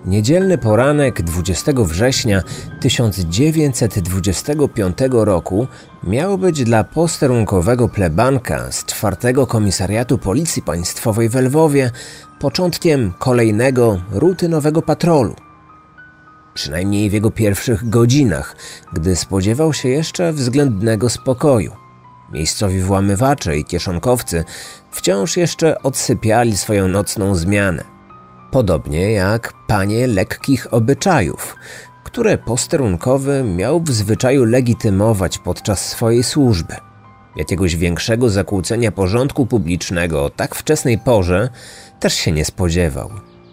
Niedzielny poranek 20 września 1925 roku miał być dla posterunkowego plebanka z 4 Komisariatu Policji Państwowej w Lwowie początkiem kolejnego rutynowego patrolu. Przynajmniej w jego pierwszych godzinach, gdy spodziewał się jeszcze względnego spokoju. Miejscowi włamywacze i kieszonkowcy wciąż jeszcze odsypiali swoją nocną zmianę. Podobnie jak panie lekkich obyczajów, które posterunkowy miał w zwyczaju legitymować podczas swojej służby. Jakiegoś większego zakłócenia porządku publicznego o tak wczesnej porze też się nie spodziewał.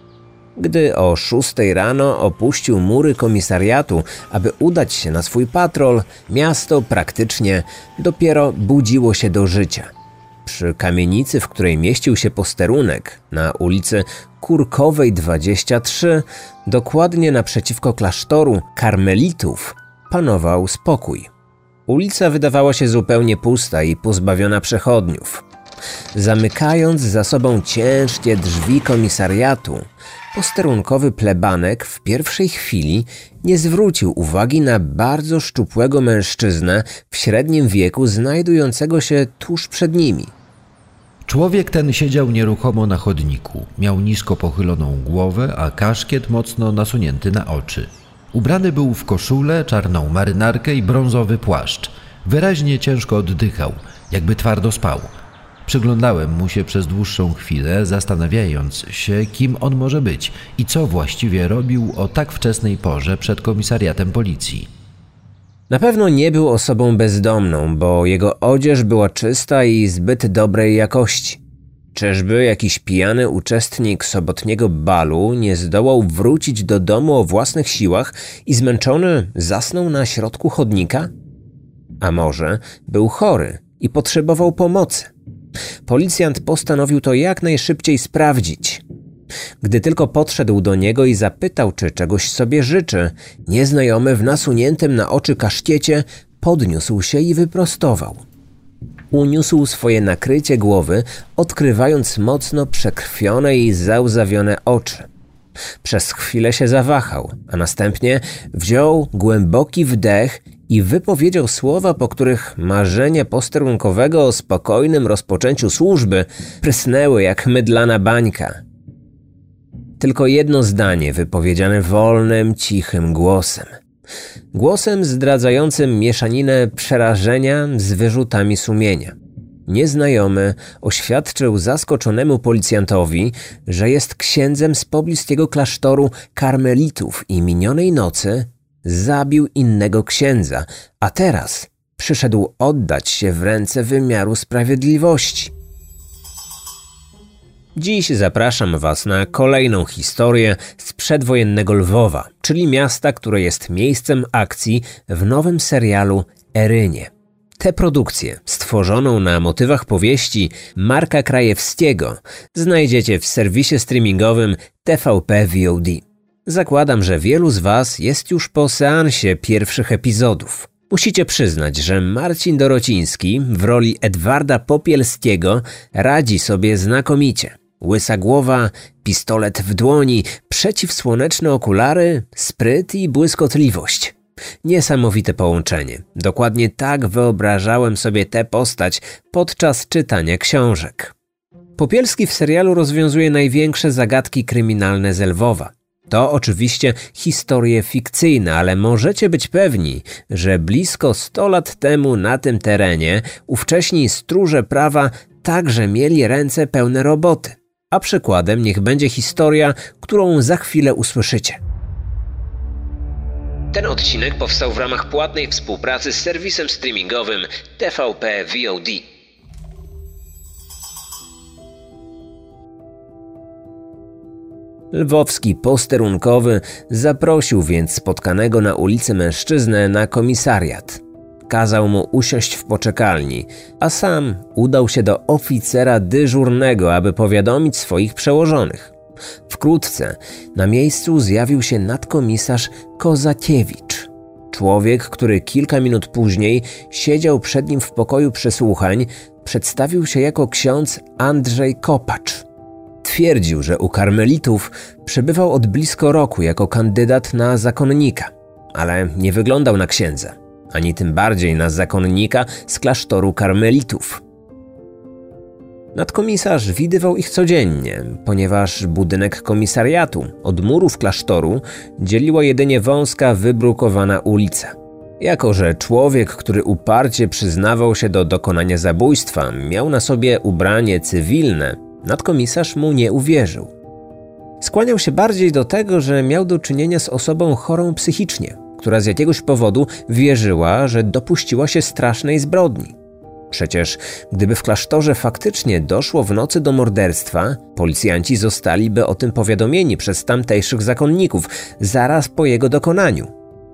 Gdy o 6 rano opuścił mury komisariatu, aby udać się na swój patrol, miasto praktycznie dopiero budziło się do życia. Przy kamienicy, w której mieścił się posterunek, na ulicy Kurkowej 23, dokładnie naprzeciwko klasztoru karmelitów, panował spokój. Ulica wydawała się zupełnie pusta i pozbawiona przechodniów. Zamykając za sobą ciężkie drzwi komisariatu, posterunkowy plebanek w pierwszej chwili nie zwrócił uwagi na bardzo szczupłego mężczyznę w średnim wieku znajdującego się tuż przed nimi. Człowiek ten siedział nieruchomo na chodniku. Miał nisko pochyloną głowę, a kaszkiet mocno nasunięty na oczy. Ubrany był w koszulę, czarną marynarkę i brązowy płaszcz. Wyraźnie ciężko oddychał, jakby twardo spał. Przyglądałem mu się przez dłuższą chwilę, zastanawiając się, kim on może być i co właściwie robił o tak wczesnej porze przed komisariatem policji. Na pewno nie był osobą bezdomną, bo jego odzież była czysta i zbyt dobrej jakości. Czyżby jakiś pijany uczestnik sobotniego balu nie zdołał wrócić do domu o własnych siłach i zmęczony zasnął na środku chodnika? A może był chory i potrzebował pomocy? Policjant postanowił to jak najszybciej sprawdzić. Gdy tylko podszedł do niego i zapytał, czy czegoś sobie życzy, nieznajomy w nasuniętym na oczy kaszkiecie podniósł się i wyprostował. Uniósł swoje nakrycie głowy, odkrywając mocno przekrwione i załzawione oczy. Przez chwilę się zawahał, a następnie wziął głęboki wdech i wypowiedział słowa, po których marzenia posterunkowego o spokojnym rozpoczęciu służby prysnęły jak mydlana bańka. Tylko jedno zdanie wypowiedziane wolnym, cichym głosem. Głosem zdradzającym mieszaninę przerażenia z wyrzutami sumienia. Nieznajomy oświadczył zaskoczonemu policjantowi, że jest księdzem z pobliskiego klasztoru karmelitów i minionej nocy zabił innego księdza, a teraz przyszedł oddać się w ręce wymiaru sprawiedliwości. Dziś zapraszam Was na kolejną historię z przedwojennego Lwowa, czyli miasta, które jest miejscem akcji w nowym serialu Erynie. Tę produkcję, stworzoną na motywach powieści Marka Krajewskiego, znajdziecie w serwisie streamingowym TVP VOD. Zakładam, że wielu z Was jest już po seansie pierwszych epizodów. Musicie przyznać, że Marcin Dorociński w roli Edwarda Popielskiego radzi sobie znakomicie. Łysa głowa, pistolet w dłoni, przeciwsłoneczne okulary, spryt i błyskotliwość. Niesamowite połączenie. Dokładnie tak wyobrażałem sobie tę postać podczas czytania książek. Popielski w serialu rozwiązuje największe zagadki kryminalne z Lwowa. To oczywiście historie fikcyjne, ale możecie być pewni, że blisko 100 lat temu na tym terenie ówcześni stróże prawa także mieli ręce pełne roboty. A przykładem niech będzie historia, którą za chwilę usłyszycie. Ten odcinek powstał w ramach płatnej współpracy z serwisem streamingowym TVP VOD. Lwowski posterunkowy zaprosił więc spotkanego na ulicy mężczyznę na komisariat. Kazał mu usiąść w poczekalni, a sam udał się do oficera dyżurnego, aby powiadomić swoich przełożonych. Wkrótce na miejscu zjawił się nadkomisarz Kozakiewicz. Człowiek, który kilka minut później siedział przed nim w pokoju przesłuchań, przedstawił się jako ksiądz Andrzej Kopacz. Twierdził, że u karmelitów przebywał od blisko roku jako kandydat na zakonnika, ale nie wyglądał na księdza, ani tym bardziej na zakonnika z klasztoru karmelitów. Nadkomisarz widywał ich codziennie, ponieważ budynek komisariatu od murów klasztoru dzieliła jedynie wąska, wybrukowana ulica. Jako że człowiek, który uparcie przyznawał się do dokonania zabójstwa, miał na sobie ubranie cywilne, nadkomisarz mu nie uwierzył. Skłaniał się bardziej do tego, że miał do czynienia z osobą chorą psychicznie, która z jakiegoś powodu wierzyła, że dopuściła się strasznej zbrodni. Przecież gdyby w klasztorze faktycznie doszło w nocy do morderstwa, policjanci zostaliby o tym powiadomieni przez tamtejszych zakonników zaraz po jego dokonaniu.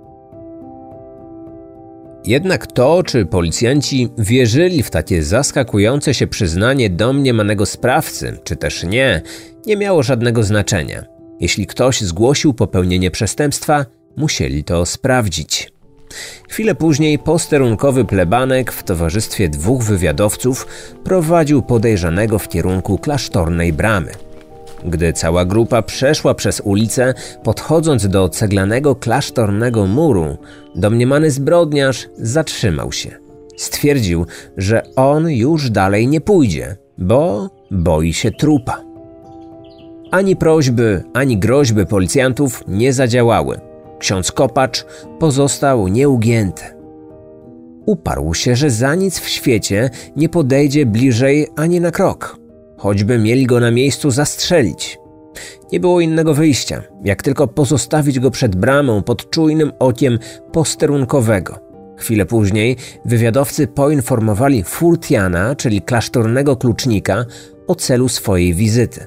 Jednak to, czy policjanci wierzyli w takie zaskakujące się przyznanie domniemanego sprawcy, czy też nie miało żadnego znaczenia. Jeśli ktoś zgłosił popełnienie przestępstwa, musieli to sprawdzić. Chwilę później posterunkowy plebanek w towarzystwie 2 wywiadowców prowadził podejrzanego w kierunku klasztornej bramy. Gdy cała grupa przeszła przez ulicę, podchodząc do ceglanego klasztornego muru, domniemany zbrodniarz zatrzymał się. Stwierdził, że on już dalej nie pójdzie, bo boi się trupa. Ani prośby, ani groźby policjantów nie zadziałały. Ksiądz Kopacz pozostał nieugięty. Uparł się, że za nic w świecie nie podejdzie bliżej ani na krok, choćby mieli go na miejscu zastrzelić. Nie było innego wyjścia, jak tylko pozostawić go przed bramą pod czujnym okiem posterunkowego. Chwilę później wywiadowcy poinformowali Furtiana, czyli klasztornego klucznika, o celu swojej wizyty.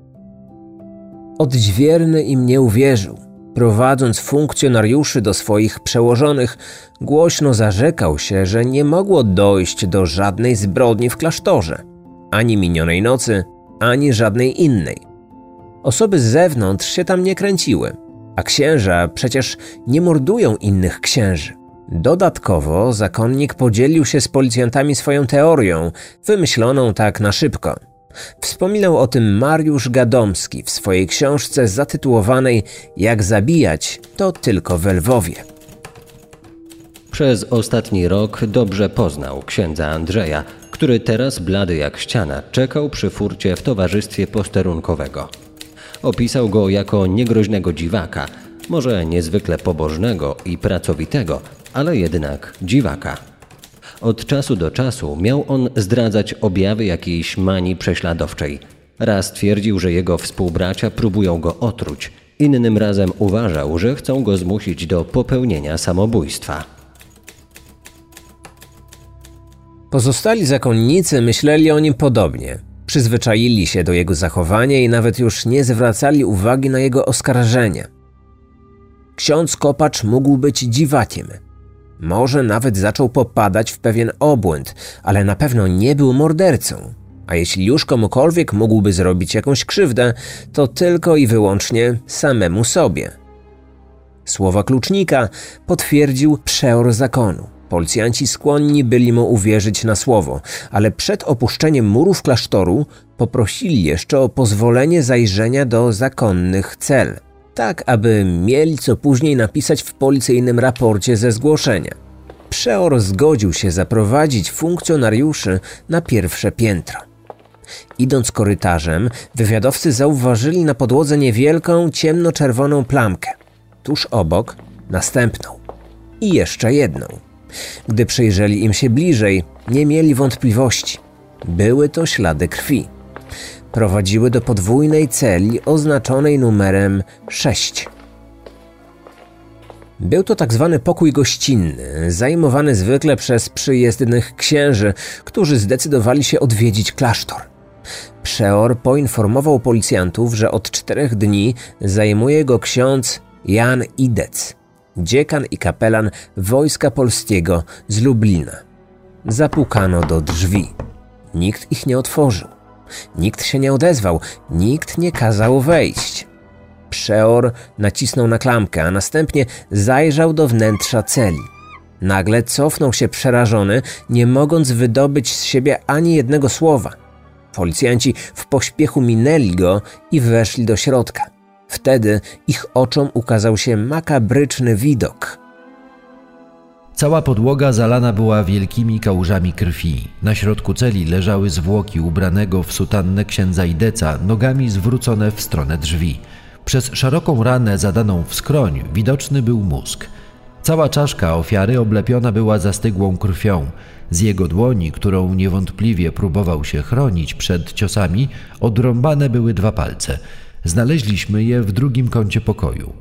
Odźwierny im nie uwierzył. Prowadząc funkcjonariuszy do swoich przełożonych, głośno zarzekał się, że nie mogło dojść do żadnej zbrodni w klasztorze. Ani minionej nocy, ani żadnej innej. Osoby z zewnątrz się tam nie kręciły, a księża przecież nie mordują innych księży. Dodatkowo zakonnik podzielił się z policjantami swoją teorią, wymyśloną tak na szybko. Wspominał o tym Mariusz Gadomski w swojej książce zatytułowanej „Jak zabijać, to tylko we Lwowie”. Przez ostatni rok dobrze poznał księdza Andrzeja, który teraz, blady jak ściana, czekał przy furcie w towarzystwie posterunkowego. Opisał go jako niegroźnego dziwaka, może niezwykle pobożnego i pracowitego, ale jednak dziwaka. Od czasu do czasu miał on zdradzać objawy jakiejś manii prześladowczej. Raz twierdził, że jego współbracia próbują go otruć, innym razem uważał, że chcą go zmusić do popełnienia samobójstwa. Pozostali zakonnicy myśleli o nim podobnie. Przyzwyczaili się do jego zachowania i nawet już nie zwracali uwagi na jego oskarżenia. Ksiądz Kopacz mógł być dziwakiem. Może nawet zaczął popadać w pewien obłęd, ale na pewno nie był mordercą. A jeśli już komukolwiek mógłby zrobić jakąś krzywdę, to tylko i wyłącznie samemu sobie. Słowa klucznika potwierdził przeor zakonu. Policjanci skłonni byli mu uwierzyć na słowo, ale przed opuszczeniem murów klasztoru poprosili jeszcze o pozwolenie zajrzenia do zakonnych cel, tak aby mieli co później napisać w policyjnym raporcie ze zgłoszenia. Przeor zgodził się zaprowadzić funkcjonariuszy na pierwsze piętro. Idąc korytarzem, wywiadowcy zauważyli na podłodze niewielką, ciemnoczerwoną plamkę. Tuż obok następną i jeszcze jedną. Gdy przyjrzeli im się bliżej, nie mieli wątpliwości. Były to ślady krwi. Prowadziły do podwójnej celi oznaczonej numerem 6. Był to tak zwany pokój gościnny, zajmowany zwykle przez przyjezdnych księży, którzy zdecydowali się odwiedzić klasztor. Przeor poinformował policjantów, że od 4 dni zajmuje go ksiądz Jan Idec, dziekan i kapelan Wojska Polskiego z Lublina. Zapukano do drzwi. Nikt ich nie otworzył. Nikt się nie odezwał, nikt nie kazał wejść. Przeor nacisnął na klamkę, a następnie zajrzał do wnętrza celi. Nagle cofnął się przerażony, nie mogąc wydobyć z siebie ani jednego słowa. Policjanci w pośpiechu minęli go i weszli do środka. Wtedy ich oczom ukazał się makabryczny widok. Cała podłoga zalana była wielkimi kałużami krwi. Na środku celi leżały zwłoki ubranego w sutannę księdza Ideca, nogami zwrócone w stronę drzwi. Przez szeroką ranę zadaną w skroń widoczny był mózg. Cała czaszka ofiary oblepiona była zastygłą krwią. Z jego dłoni, którą niewątpliwie próbował się chronić przed ciosami, odrąbane były 2 palce. Znaleźliśmy je w drugim kącie pokoju.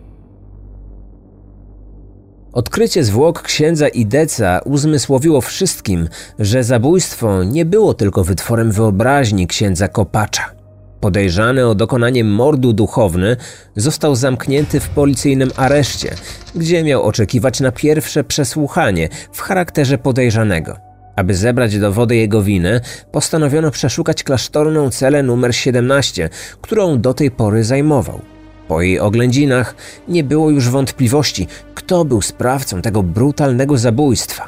Odkrycie zwłok księdza Ideca uzmysłowiło wszystkim, że zabójstwo nie było tylko wytworem wyobraźni księdza Kopacza. Podejrzany o dokonanie mordu duchowny został zamknięty w policyjnym areszcie, gdzie miał oczekiwać na pierwsze przesłuchanie w charakterze podejrzanego. Aby zebrać dowody jego winy, postanowiono przeszukać klasztorną celę numer 17, którą do tej pory zajmował. Po jej oględzinach nie było już wątpliwości, kto był sprawcą tego brutalnego zabójstwa.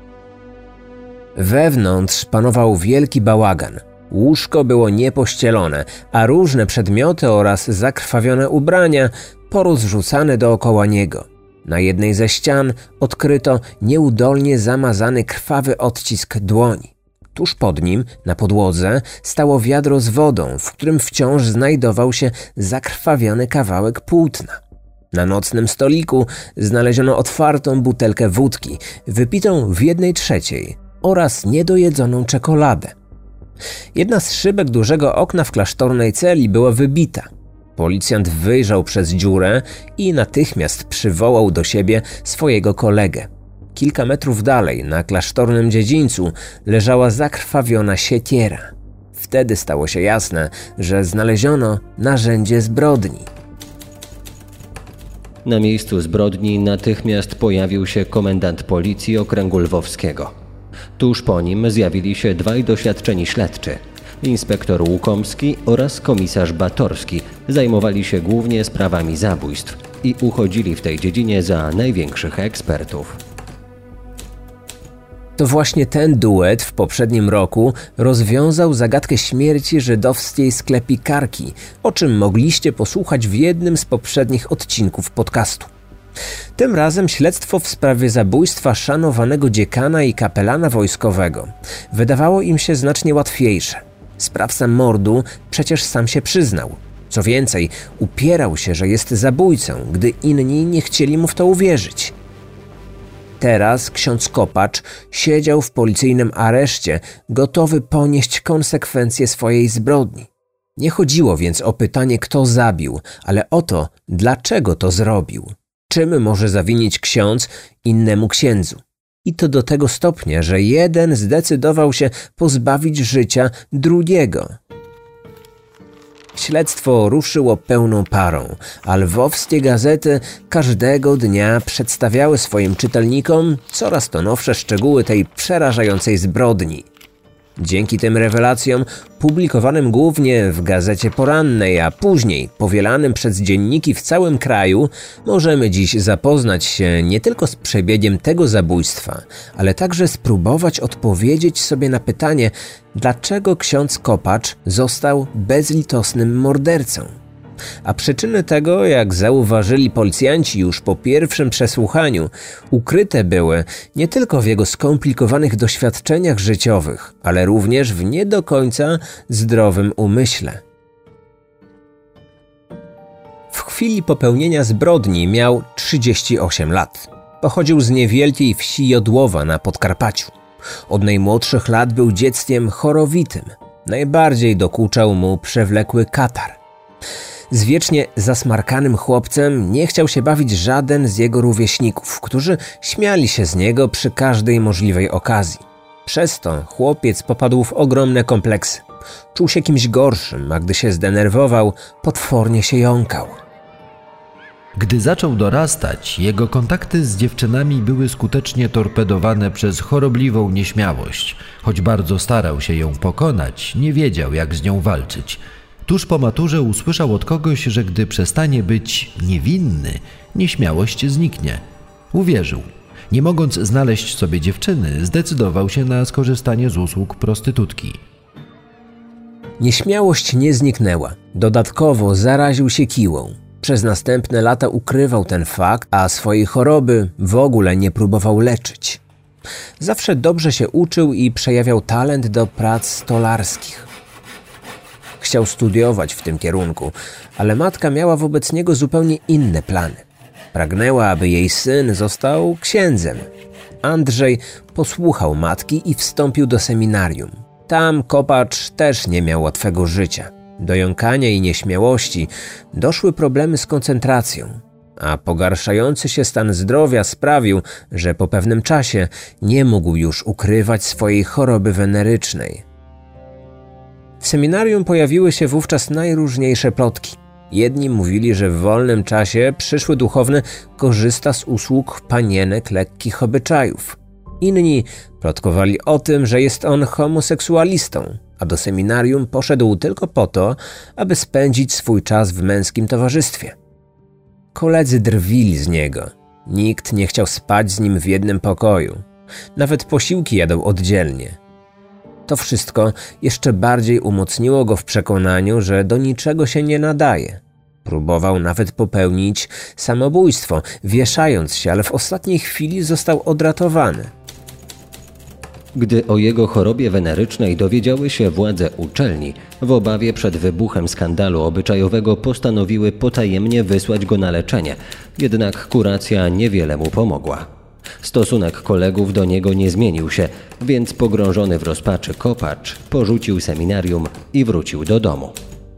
Wewnątrz panował wielki bałagan. Łóżko było niepościelone, a różne przedmioty oraz zakrwawione ubrania porozrzucane dookoła niego. Na jednej ze ścian odkryto nieudolnie zamazany krwawy odcisk dłoni. Tuż pod nim, na podłodze, stało wiadro z wodą, w którym wciąż znajdował się zakrwawiony kawałek płótna. Na nocnym stoliku znaleziono otwartą butelkę wódki, wypitą w 1/3 oraz niedojedzoną czekoladę. Jedna z szybek dużego okna w klasztornej celi była wybita. Policjant wyjrzał przez dziurę i natychmiast przywołał do siebie swojego kolegę. Kilka metrów dalej, na klasztornym dziedzińcu, leżała zakrwawiona siekiera. Wtedy stało się jasne, że znaleziono narzędzie zbrodni. Na miejscu zbrodni natychmiast pojawił się komendant policji okręgu lwowskiego. Tuż po nim zjawili się 2 doświadczeni śledczy. Inspektor Łukomski oraz komisarz Batorski zajmowali się głównie sprawami zabójstw i uchodzili w tej dziedzinie za największych ekspertów. To właśnie ten duet w poprzednim roku rozwiązał zagadkę śmierci żydowskiej sklepikarki, o czym mogliście posłuchać w jednym z poprzednich odcinków podcastu. Tym razem śledztwo w sprawie zabójstwa szanowanego dziekana i kapelana wojskowego wydawało im się znacznie łatwiejsze. Sprawca mordu przecież sam się przyznał. Co więcej, upierał się, że jest zabójcą, gdy inni nie chcieli mu w to uwierzyć. Teraz ksiądz Kopacz siedział w policyjnym areszcie, gotowy ponieść konsekwencje swojej zbrodni. Nie chodziło więc o pytanie, kto zabił, ale o to, dlaczego to zrobił. Czym może zawinić ksiądz innemu księdzu? I to do tego stopnia, że jeden zdecydował się pozbawić życia drugiego. Śledztwo ruszyło pełną parą, a lwowskie gazety każdego dnia przedstawiały swoim czytelnikom coraz to nowsze szczegóły tej przerażającej zbrodni. Dzięki tym rewelacjom, publikowanym głównie w Gazecie Porannej, a później powielanym przez dzienniki w całym kraju, możemy dziś zapoznać się nie tylko z przebiegiem tego zabójstwa, ale także spróbować odpowiedzieć sobie na pytanie, dlaczego ksiądz Kopacz został bezlitosnym mordercą. A przyczyny tego, jak zauważyli policjanci już po pierwszym przesłuchaniu, ukryte były nie tylko w jego skomplikowanych doświadczeniach życiowych, ale również w nie do końca zdrowym umyśle. W chwili popełnienia zbrodni miał 38 lat. Pochodził z niewielkiej wsi Jodłowa na Podkarpaciu. Od najmłodszych lat był dzieckiem chorowitym. Najbardziej dokuczał mu przewlekły katar. Z wiecznie zasmarkanym chłopcem nie chciał się bawić żaden z jego rówieśników, którzy śmiali się z niego przy każdej możliwej okazji. Przez to chłopiec popadł w ogromne kompleksy. Czuł się kimś gorszym, a gdy się zdenerwował, potwornie się jąkał. Gdy zaczął dorastać, jego kontakty z dziewczynami były skutecznie torpedowane przez chorobliwą nieśmiałość. Choć bardzo starał się ją pokonać, nie wiedział, jak z nią walczyć. Tuż po maturze usłyszał od kogoś, że gdy przestanie być niewinny, nieśmiałość zniknie. Uwierzył. Nie mogąc znaleźć sobie dziewczyny, zdecydował się na skorzystanie z usług prostytutki. Nieśmiałość nie zniknęła. Dodatkowo zaraził się kiłą. Przez następne lata ukrywał ten fakt, a swojej choroby w ogóle nie próbował leczyć. Zawsze dobrze się uczył i przejawiał talent do prac stolarskich. Chciał studiować w tym kierunku, ale matka miała wobec niego zupełnie inne plany. Pragnęła, aby jej syn został księdzem. Andrzej posłuchał matki i wstąpił do seminarium. Tam Kopacz też nie miał łatwego życia. Do jąkania i nieśmiałości doszły problemy z koncentracją, a pogarszający się stan zdrowia sprawił, że po pewnym czasie nie mógł już ukrywać swojej choroby wenerycznej. W seminarium pojawiły się wówczas najróżniejsze plotki. Jedni mówili, że w wolnym czasie przyszły duchowny korzysta z usług panienek lekkich obyczajów. Inni plotkowali o tym, że jest on homoseksualistą, a do seminarium poszedł tylko po to, aby spędzić swój czas w męskim towarzystwie. Koledzy drwili z niego. Nikt nie chciał spać z nim w jednym pokoju. Nawet posiłki jadał oddzielnie. To wszystko jeszcze bardziej umocniło go w przekonaniu, że do niczego się nie nadaje. Próbował nawet popełnić samobójstwo, wieszając się, ale w ostatniej chwili został odratowany. Gdy o jego chorobie wenerycznej dowiedziały się władze uczelni, w obawie przed wybuchem skandalu obyczajowego postanowiły potajemnie wysłać go na leczenie, jednak kuracja niewiele mu pomogła. Stosunek kolegów do niego nie zmienił się, więc pogrążony w rozpaczy Kopacz porzucił seminarium i wrócił do domu.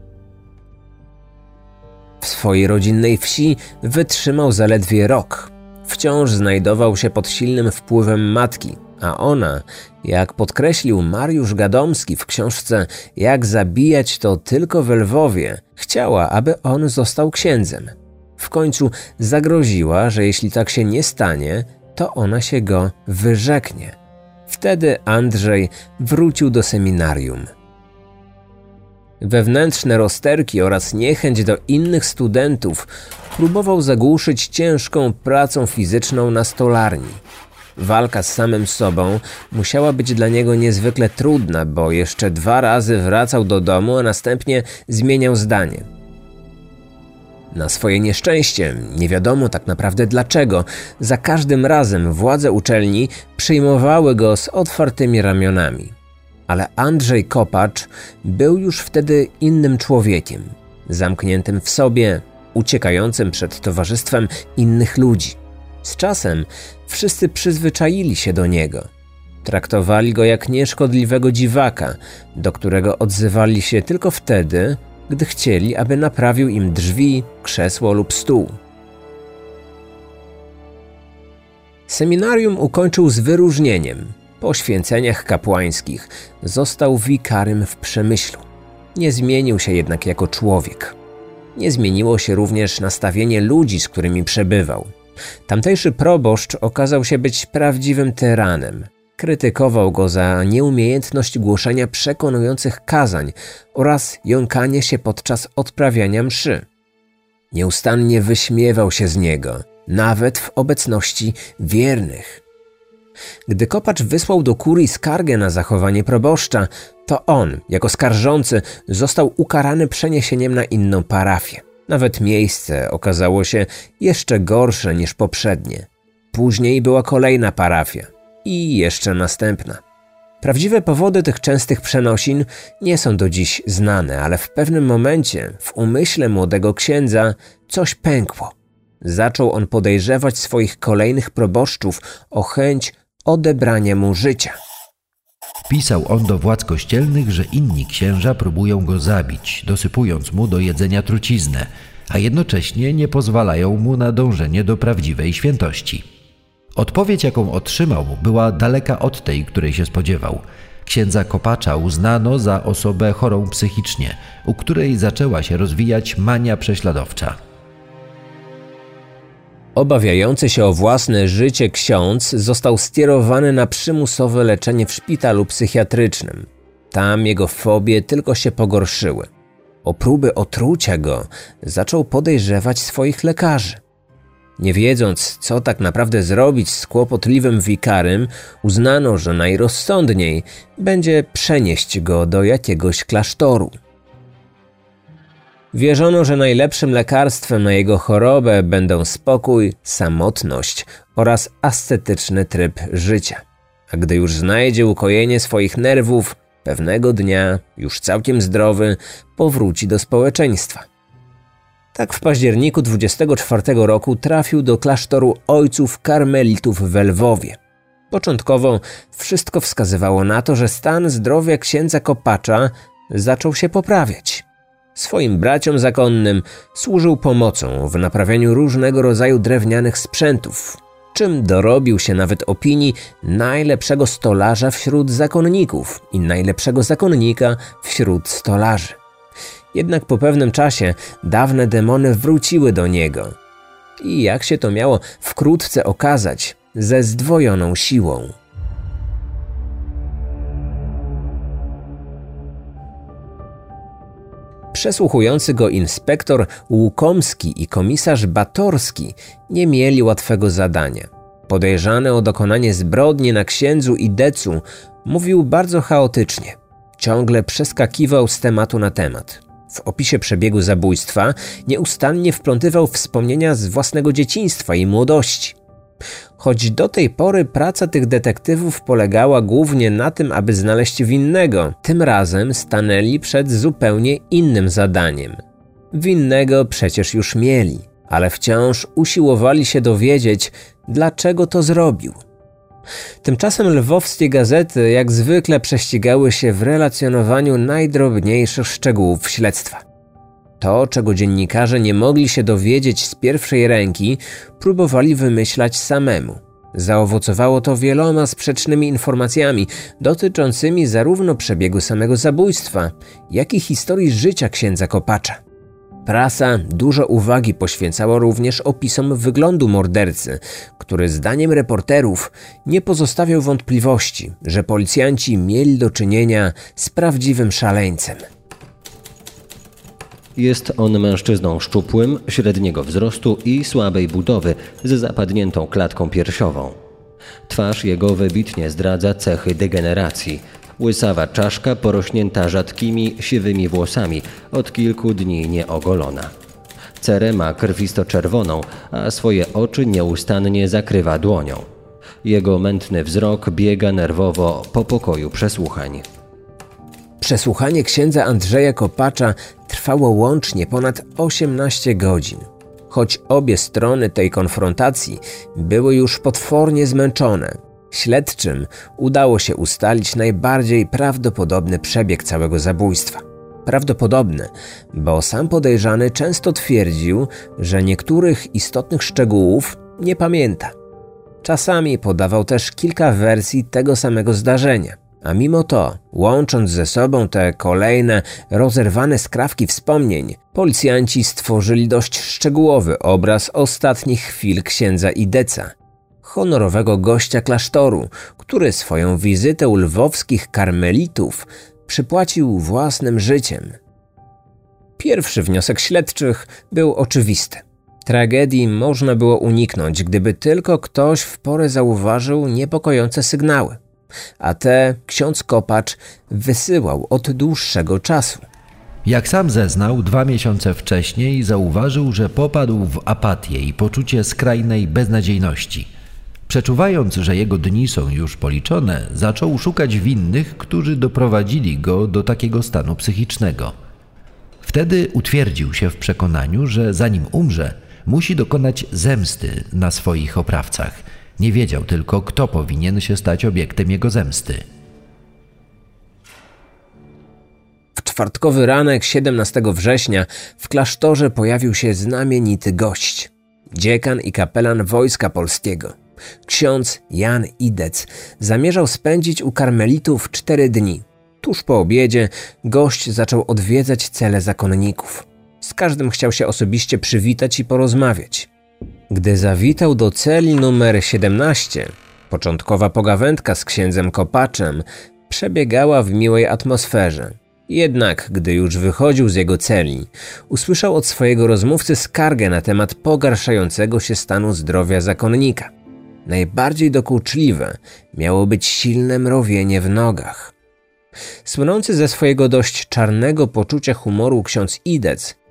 W swojej rodzinnej wsi wytrzymał zaledwie rok. Wciąż znajdował się pod silnym wpływem matki, a ona, jak podkreślił Mariusz Gadomski w książce Jak zabijać to tylko we Lwowie, chciała, aby on został księdzem. W końcu zagroziła, że jeśli tak się nie stanie, to ona się go wyrzeknie. Wtedy Andrzej wrócił do seminarium. Wewnętrzne rozterki oraz niechęć do innych studentów próbował zagłuszyć ciężką pracą fizyczną na stolarni. Walka z samym sobą musiała być dla niego niezwykle trudna, bo jeszcze 2 razy wracał do domu, a następnie zmieniał zdanie. Na swoje nieszczęście, nie wiadomo tak naprawdę dlaczego, za każdym razem władze uczelni przyjmowały go z otwartymi ramionami. Ale Andrzej Kopacz był już wtedy innym człowiekiem, zamkniętym w sobie, uciekającym przed towarzystwem innych ludzi. Z czasem wszyscy przyzwyczaili się do niego. Traktowali go jak nieszkodliwego dziwaka, do którego odzywali się tylko wtedy, gdy chcieli, aby naprawił im drzwi, krzesło lub stół. Seminarium ukończył z wyróżnieniem. Po święceniach kapłańskich został wikarym w Przemyślu. Nie zmienił się jednak jako człowiek. Nie zmieniło się również nastawienie ludzi, z którymi przebywał. Tamtejszy proboszcz okazał się być prawdziwym tyranem. Krytykował go za nieumiejętność głoszenia przekonujących kazań oraz jąkanie się podczas odprawiania mszy. Nieustannie wyśmiewał się z niego, nawet w obecności wiernych. Gdy Kopacz wysłał do kurii skargę na zachowanie proboszcza, to on, jako skarżący, został ukarany przeniesieniem na inną parafię. Nawet miejsce okazało się jeszcze gorsze niż poprzednie. Później była kolejna parafia i jeszcze następna. Prawdziwe powody tych częstych przenosin nie są do dziś znane, ale w pewnym momencie w umyśle młodego księdza coś pękło. Zaczął on podejrzewać swoich kolejnych proboszczów o chęć odebrania mu życia. Pisał on do władz kościelnych, że inni księża próbują go zabić, dosypując mu do jedzenia truciznę, a jednocześnie nie pozwalają mu na dążenie do prawdziwej świętości. Odpowiedź, jaką otrzymał, była daleka od tej, której się spodziewał. Księdza Kopacza uznano za osobę chorą psychicznie, u której zaczęła się rozwijać mania prześladowcza. Obawiający się o własne życie ksiądz został skierowany na przymusowe leczenie w szpitalu psychiatrycznym. Tam jego fobie tylko się pogorszyły. O próby otrucia go zaczął podejrzewać swoich lekarzy. Nie wiedząc, co tak naprawdę zrobić z kłopotliwym wikarym, uznano, że najrozsądniej będzie przenieść go do jakiegoś klasztoru. Wierzono, że najlepszym lekarstwem na jego chorobę będą spokój, samotność oraz ascetyczny tryb życia. A gdy już znajdzie ukojenie swoich nerwów, pewnego dnia, już całkiem zdrowy, powróci do społeczeństwa. Tak w październiku 24 roku trafił do klasztoru ojców karmelitów w Lwowie. Początkowo wszystko wskazywało na to, że stan zdrowia księdza Kopacza zaczął się poprawiać. Swoim braciom zakonnym służył pomocą w naprawianiu różnego rodzaju drewnianych sprzętów, czym dorobił się nawet opinii najlepszego stolarza wśród zakonników i najlepszego zakonnika wśród stolarzy. Jednak po pewnym czasie dawne demony wróciły do niego i, jak się to miało wkrótce okazać, ze zdwojoną siłą. Przesłuchujący go inspektor Łukomski i komisarz Batorski nie mieli łatwego zadania. Podejrzany o dokonanie zbrodni na księdzu i decu mówił bardzo chaotycznie. Ciągle przeskakiwał z tematu na temat. W opisie przebiegu zabójstwa nieustannie wplątywał wspomnienia z własnego dzieciństwa i młodości. Choć do tej pory praca tych detektywów polegała głównie na tym, aby znaleźć winnego, tym razem stanęli przed zupełnie innym zadaniem. Winnego przecież już mieli, ale wciąż usiłowali się dowiedzieć, dlaczego to zrobił. Tymczasem lwowskie gazety jak zwykle prześcigały się w relacjonowaniu najdrobniejszych szczegółów śledztwa. To, czego dziennikarze nie mogli się dowiedzieć z pierwszej ręki, próbowali wymyślać samemu. Zaowocowało to wieloma sprzecznymi informacjami dotyczącymi zarówno przebiegu samego zabójstwa, jak i historii życia księdza Kopacza. Prasa dużo uwagi poświęcała również opisom wyglądu mordercy, który zdaniem reporterów nie pozostawiał wątpliwości, że policjanci mieli do czynienia z prawdziwym szaleńcem. Jest on mężczyzną szczupłym, średniego wzrostu i słabej budowy z zapadniętą klatką piersiową. Twarz jego wybitnie zdradza cechy degeneracji. Łysawa czaszka porośnięta rzadkimi, siwymi włosami, od kilku dni nieogolona. Cerę ma krwisto-czerwoną, a swoje oczy nieustannie zakrywa dłonią. Jego mętny wzrok biega nerwowo po pokoju przesłuchań. Przesłuchanie księdza Andrzeja Kopacza trwało łącznie ponad 18 godzin. Choć obie strony tej konfrontacji były już potwornie zmęczone, śledczym udało się ustalić najbardziej prawdopodobny przebieg całego zabójstwa. Prawdopodobny, bo sam podejrzany często twierdził, że niektórych istotnych szczegółów nie pamięta. Czasami podawał też kilka wersji tego samego zdarzenia. A mimo to, łącząc ze sobą te kolejne, rozerwane skrawki wspomnień, policjanci stworzyli dość szczegółowy obraz ostatnich chwil księdza i deca, honorowego gościa klasztoru, który swoją wizytę u lwowskich karmelitów przypłacił własnym życiem. Pierwszy wniosek śledczych był oczywisty. Tragedii można było uniknąć, gdyby tylko ktoś w porę zauważył niepokojące sygnały. A te ksiądz Kopacz wysyłał od dłuższego czasu. Jak sam zeznał, 2 miesiące wcześniej zauważył, że popadł w apatię i poczucie skrajnej beznadziejności. Przeczuwając, że jego dni są już policzone, zaczął szukać winnych, którzy doprowadzili go do takiego stanu psychicznego. Wtedy utwierdził się w przekonaniu, że zanim umrze, musi dokonać zemsty na swoich oprawcach. Nie wiedział tylko, kto powinien się stać obiektem jego zemsty. W czwartkowy ranek 17 września w klasztorze pojawił się znamienity gość. Dziekan i kapelan Wojska Polskiego. Ksiądz Jan Idec zamierzał spędzić u karmelitów 4 dni. Tuż po obiedzie gość zaczął odwiedzać cele zakonników. Z każdym chciał się osobiście przywitać i porozmawiać. Gdy zawitał do celi numer 17, początkowa pogawędka z księdzem Kopaczem przebiegała w miłej atmosferze. Jednak gdy już wychodził z jego celi, usłyszał od swojego rozmówcy skargę na temat pogarszającego się stanu zdrowia zakonnika. Najbardziej dokuczliwe miało być silne mrowienie w nogach. Słynący ze swojego dość czarnego poczucia humoru ksiądz Idec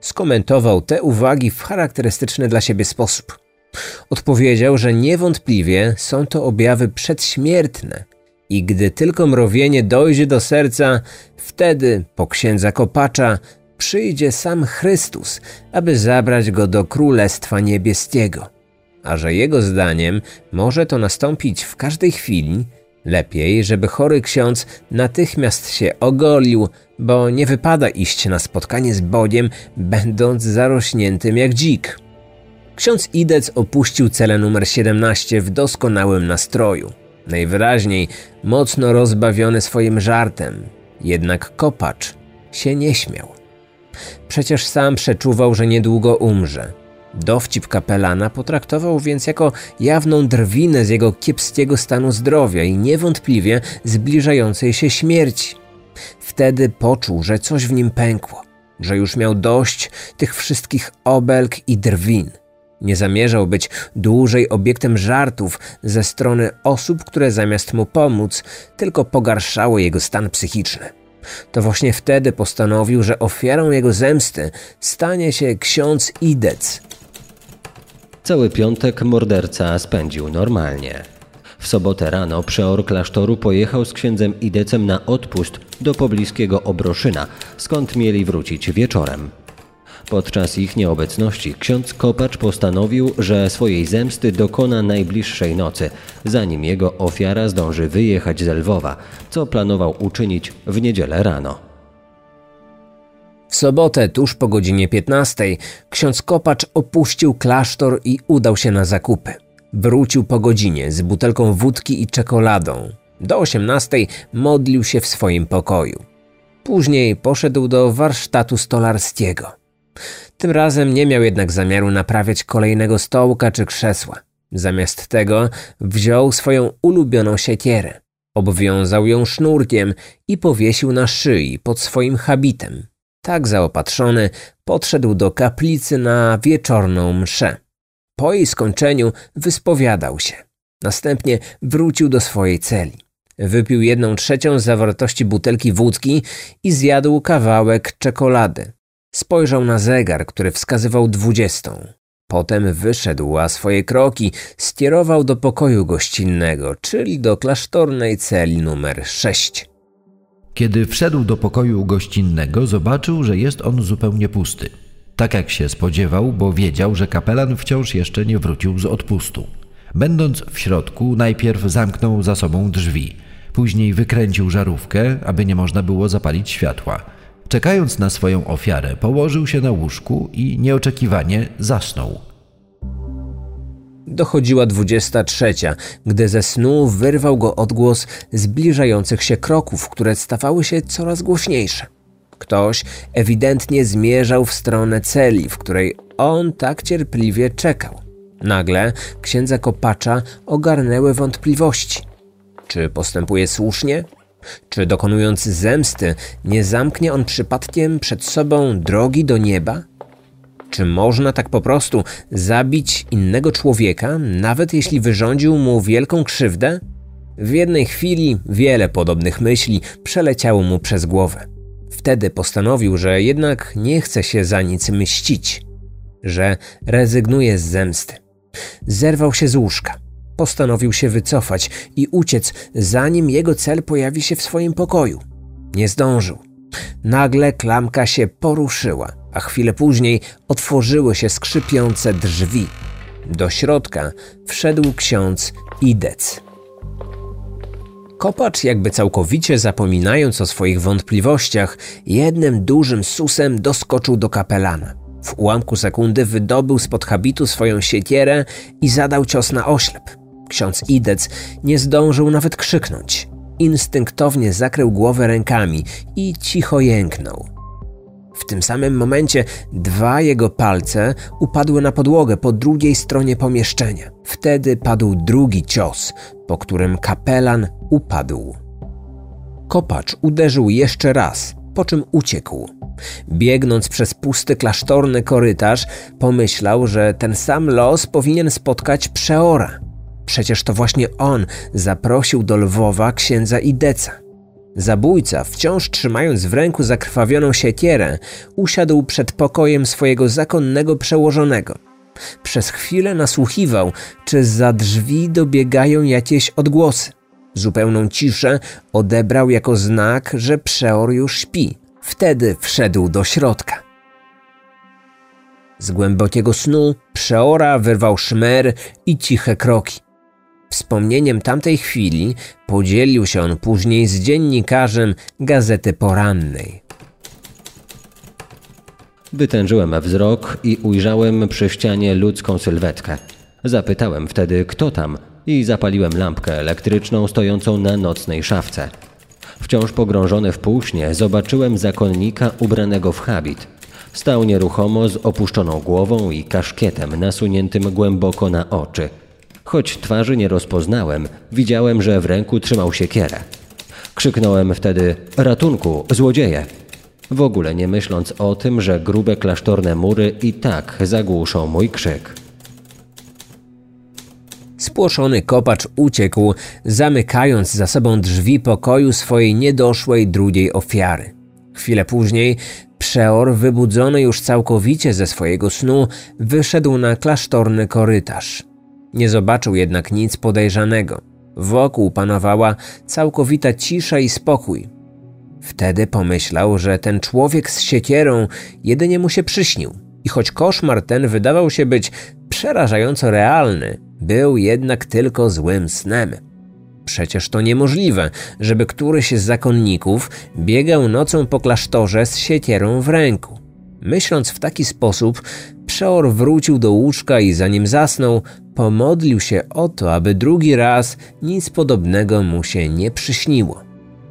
skomentował te uwagi w charakterystyczny dla siebie sposób. Odpowiedział, że niewątpliwie są to objawy przedśmiertne i gdy tylko mrowienie dojdzie do serca, wtedy po księdza Kopacza przyjdzie sam Chrystus, aby zabrać go do Królestwa Niebieskiego. A że jego zdaniem może to nastąpić w każdej chwili, lepiej, żeby chory ksiądz natychmiast się ogolił, bo nie wypada iść na spotkanie z Bogiem, będąc zarośniętym jak dzik. Ksiądz Idec opuścił celę numer 17 w doskonałym nastroju. Najwyraźniej mocno rozbawiony swoim żartem. Jednak Kopacz się nie śmiał. Przecież sam przeczuwał, że niedługo umrze. Dowcip kapelana potraktował więc jako jawną drwinę z jego kiepskiego stanu zdrowia i niewątpliwie zbliżającej się śmierci. Wtedy poczuł, że coś w nim pękło, że już miał dość tych wszystkich obelg i drwin. Nie zamierzał być dłużej obiektem żartów ze strony osób, które zamiast mu pomóc, tylko pogarszały jego stan psychiczny. To właśnie wtedy postanowił, że ofiarą jego zemsty stanie się ksiądz Idec. Cały piątek morderca spędził normalnie. W sobotę rano przeor klasztoru pojechał z księdzem Idecem na odpust do pobliskiego Obroszyna, skąd mieli wrócić wieczorem. Podczas ich nieobecności ksiądz Kopacz postanowił, że swojej zemsty dokona najbliższej nocy, zanim jego ofiara zdąży wyjechać z Lwowa, co planował uczynić w niedzielę rano. W sobotę tuż po godzinie 15 ksiądz Kopacz opuścił klasztor i udał się na zakupy. Wrócił po godzinie z butelką wódki i czekoladą. Do 18 modlił się w swoim pokoju. Później poszedł do warsztatu stolarskiego. Tym razem nie miał jednak zamiaru naprawiać kolejnego stołka czy krzesła. Zamiast tego wziął swoją ulubioną siekierę, obwiązał ją sznurkiem i powiesił na szyi pod swoim habitem. Tak zaopatrzony podszedł do kaplicy na wieczorną mszę. Po jej skończeniu wyspowiadał się. Następnie wrócił do swojej celi. Wypił 1/3 zawartości butelki wódki i zjadł kawałek czekolady. Spojrzał na zegar, który wskazywał 20. Potem wyszedł, a swoje kroki skierował do pokoju gościnnego, czyli do klasztornej celi numer 6. Kiedy wszedł do pokoju gościnnego, zobaczył, że jest on zupełnie pusty. Tak jak się spodziewał, bo wiedział, że kapelan wciąż jeszcze nie wrócił z odpustu. Będąc w środku, najpierw zamknął za sobą drzwi. Później wykręcił żarówkę, aby nie można było zapalić światła. Czekając na swoją ofiarę, położył się na łóżku i nieoczekiwanie zasnął. Dochodziła 23, gdy ze snu wyrwał go odgłos zbliżających się kroków, które stawały się coraz głośniejsze. Ktoś ewidentnie zmierzał w stronę celi, w której on tak cierpliwie czekał. Nagle księdza Kopacza ogarnęły wątpliwości. Czy postępuje słusznie? Czy dokonując zemsty nie zamknie on przypadkiem przed sobą drogi do nieba? Czy można tak po prostu zabić innego człowieka, nawet jeśli wyrządził mu wielką krzywdę? W jednej chwili wiele podobnych myśli przeleciało mu przez głowę. Wtedy postanowił, że jednak nie chce się za nic mścić, że rezygnuje z zemsty. Zerwał się z łóżka. Postanowił się wycofać i uciec, zanim jego cel pojawi się w swoim pokoju. Nie zdążył. Nagle klamka się poruszyła, a chwilę później otworzyły się skrzypiące drzwi. Do środka wszedł ksiądz Idec. Kopacz, jakby całkowicie zapominając o swoich wątpliwościach, jednym dużym susem doskoczył do kapelana. W ułamku sekundy wydobył spod habitu swoją siekierę i zadał cios na oślep. Ksiądz Idec nie zdążył nawet krzyknąć. Instynktownie zakrył głowę rękami i cicho jęknął. W tym samym momencie 2 jego palce upadły na podłogę po drugiej stronie pomieszczenia. Wtedy padł drugi cios, po którym kapelan upadł. Kopacz uderzył jeszcze raz, po czym uciekł. Biegnąc przez pusty klasztorny korytarz, pomyślał, że ten sam los powinien spotkać przeora. Przecież to właśnie on zaprosił do Lwowa księdza Ideca. Zabójca, wciąż trzymając w ręku zakrwawioną siekierę, usiadł przed pokojem swojego zakonnego przełożonego. Przez chwilę nasłuchiwał, czy zza drzwi dobiegają jakieś odgłosy. Zupełną ciszę odebrał jako znak, że przeor już śpi. Wtedy wszedł do środka. Z głębokiego snu przeora wyrwał szmer i ciche kroki. Wspomnieniem tamtej chwili podzielił się on później z dziennikarzem Gazety Porannej. Wytężyłem wzrok i ujrzałem przy ścianie ludzką sylwetkę. Zapytałem wtedy, kto tam, i zapaliłem lampkę elektryczną stojącą na nocnej szafce. Wciąż pogrążony w półśnie zobaczyłem zakonnika ubranego w habit. Stał nieruchomo z opuszczoną głową i kaszkietem nasuniętym głęboko na oczy. Choć twarzy nie rozpoznałem, widziałem, że w ręku trzymał siekierę. Krzyknąłem wtedy: ratunku, złodzieje! W ogóle nie myśląc o tym, że grube klasztorne mury i tak zagłuszą mój krzyk. Spłoszony kopacz uciekł, zamykając za sobą drzwi pokoju swojej niedoszłej drugiej ofiary. Chwilę później przeor, wybudzony już całkowicie ze swojego snu, wyszedł na klasztorny korytarz. Nie zobaczył jednak nic podejrzanego. Wokół panowała całkowita cisza i spokój. Wtedy pomyślał, że ten człowiek z siekierą jedynie mu się przyśnił i choć koszmar ten wydawał się być przerażająco realny, był jednak tylko złym snem. Przecież to niemożliwe, żeby któryś z zakonników biegał nocą po klasztorze z siekierą w ręku. Myśląc w taki sposób, przeor wrócił do łóżka i zanim zasnął, pomodlił się o to, aby drugi raz nic podobnego mu się nie przyśniło.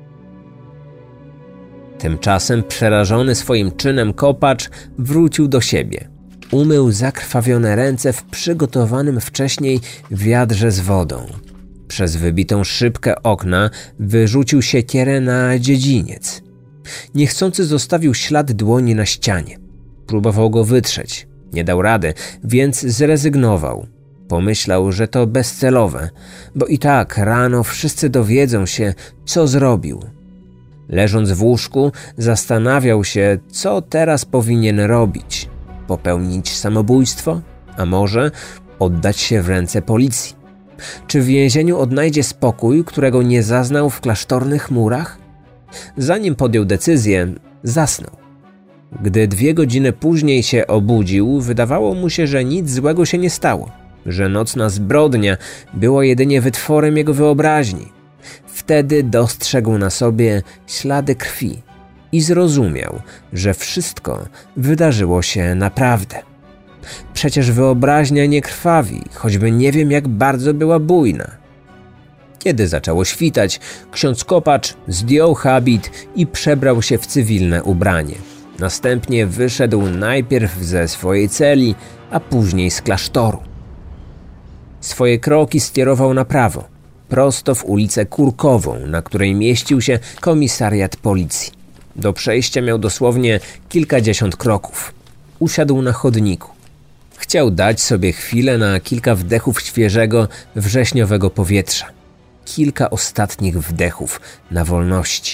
Tymczasem przerażony swoim czynem kopacz wrócił do siebie. Umył zakrwawione ręce w przygotowanym wcześniej wiadrze z wodą. Przez wybitą szybkę okna wyrzucił siekierę na dziedziniec. Niechcący zostawił ślad dłoni na ścianie. Próbował go wytrzeć. Nie dał rady, więc zrezygnował. Pomyślał, że to bezcelowe, bo i tak rano wszyscy dowiedzą się, co zrobił. Leżąc w łóżku, zastanawiał się, co teraz powinien robić. Popełnić samobójstwo? A może oddać się w ręce policji? Czy w więzieniu odnajdzie spokój, którego nie zaznał w klasztornych murach? Zanim podjął decyzję, zasnął. Gdy 2 godziny później się obudził, wydawało mu się, że nic złego się nie stało, że nocna zbrodnia była jedynie wytworem jego wyobraźni. Wtedy dostrzegł na sobie ślady krwi i zrozumiał, że wszystko wydarzyło się naprawdę. Przecież wyobraźnia nie krwawi, choćby nie wiem jak bardzo była bujna. Kiedy zaczęło świtać, ksiądz kopacz zdjął habit i przebrał się w cywilne ubranie. Następnie wyszedł najpierw ze swojej celi, a później z klasztoru. Swoje kroki skierował na prawo, prosto w ulicę Kurkową, na której mieścił się komisariat policji. Do przejścia miał dosłownie kilkadziesiąt kroków. Usiadł na chodniku. Chciał dać sobie chwilę na kilka wdechów świeżego, wrześniowego powietrza. Kilka ostatnich wdechów na wolności.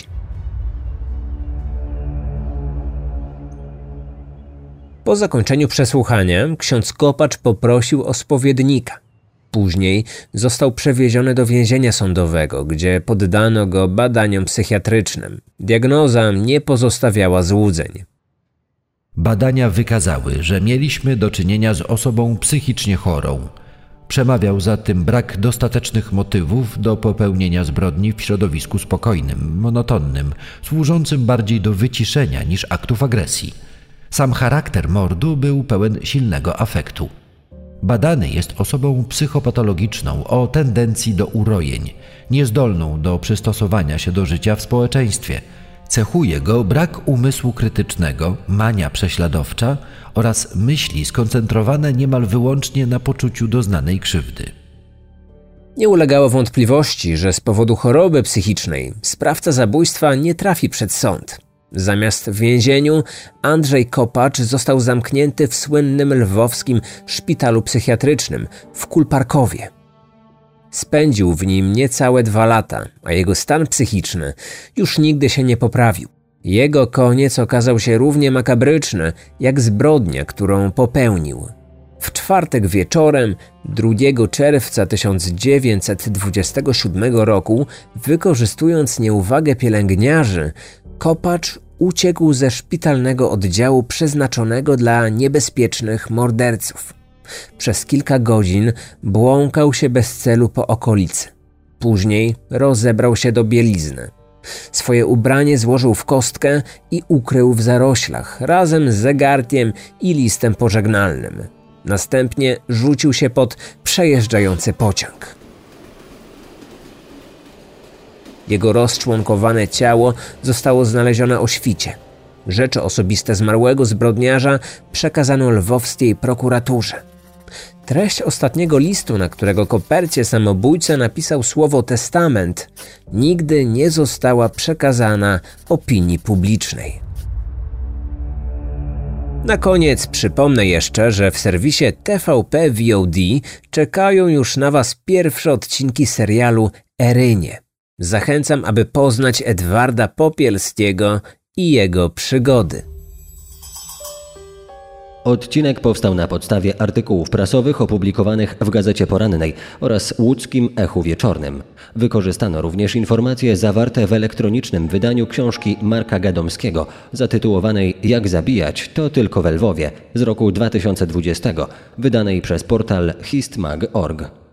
Po zakończeniu przesłuchania ksiądz kopacz poprosił o spowiednika. Później został przewieziony do więzienia sądowego, gdzie poddano go badaniom psychiatrycznym. Diagnoza nie pozostawiała złudzeń. Badania wykazały, że mieliśmy do czynienia z osobą psychicznie chorą. Przemawiał za tym brak dostatecznych motywów do popełnienia zbrodni w środowisku spokojnym, monotonnym, służącym bardziej do wyciszenia niż aktów agresji. Sam charakter mordu był pełen silnego afektu. Badany jest osobą psychopatologiczną o tendencji do urojeń, niezdolną do przystosowania się do życia w społeczeństwie. Cechuje go brak umysłu krytycznego, mania prześladowcza oraz myśli skoncentrowane niemal wyłącznie na poczuciu doznanej krzywdy. Nie ulegało wątpliwości, że z powodu choroby psychicznej sprawca zabójstwa nie trafi przed sąd. Zamiast w więzieniu Andrzej Kopacz został zamknięty w słynnym lwowskim szpitalu psychiatrycznym w Kulparkowie. Spędził w nim niecałe 2 lata, a jego stan psychiczny już nigdy się nie poprawił. Jego koniec okazał się równie makabryczny, jak zbrodnia, którą popełnił. W czwartek wieczorem 2 czerwca 1927 roku, wykorzystując nieuwagę pielęgniarzy, kopacz uciekł ze szpitalnego oddziału przeznaczonego dla niebezpiecznych morderców. Przez kilka godzin błąkał się bez celu po okolicy. Później rozebrał się do bielizny. Swoje ubranie złożył w kostkę i ukrył w zaroślach razem z zegarkiem i listem pożegnalnym. Następnie rzucił się pod przejeżdżający pociąg. Jego rozczłonkowane ciało zostało znalezione o świcie. Rzeczy osobiste zmarłego zbrodniarza przekazano lwowskiej prokuraturze. Treść ostatniego listu, na którego kopercie samobójca napisał słowo testament, nigdy nie została przekazana opinii publicznej. Na koniec przypomnę jeszcze, że w serwisie TVP VOD czekają już na Was pierwsze odcinki serialu Erynie. Zachęcam, aby poznać Edwarda Popielskiego i jego przygody. Odcinek powstał na podstawie artykułów prasowych opublikowanych w Gazecie Porannej oraz łódzkim Echu Wieczornym. Wykorzystano również informacje zawarte w elektronicznym wydaniu książki Marka Gadomskiego zatytułowanej Jak zabijać to tylko we Lwowie z roku 2020, wydanej przez portal histmag.org.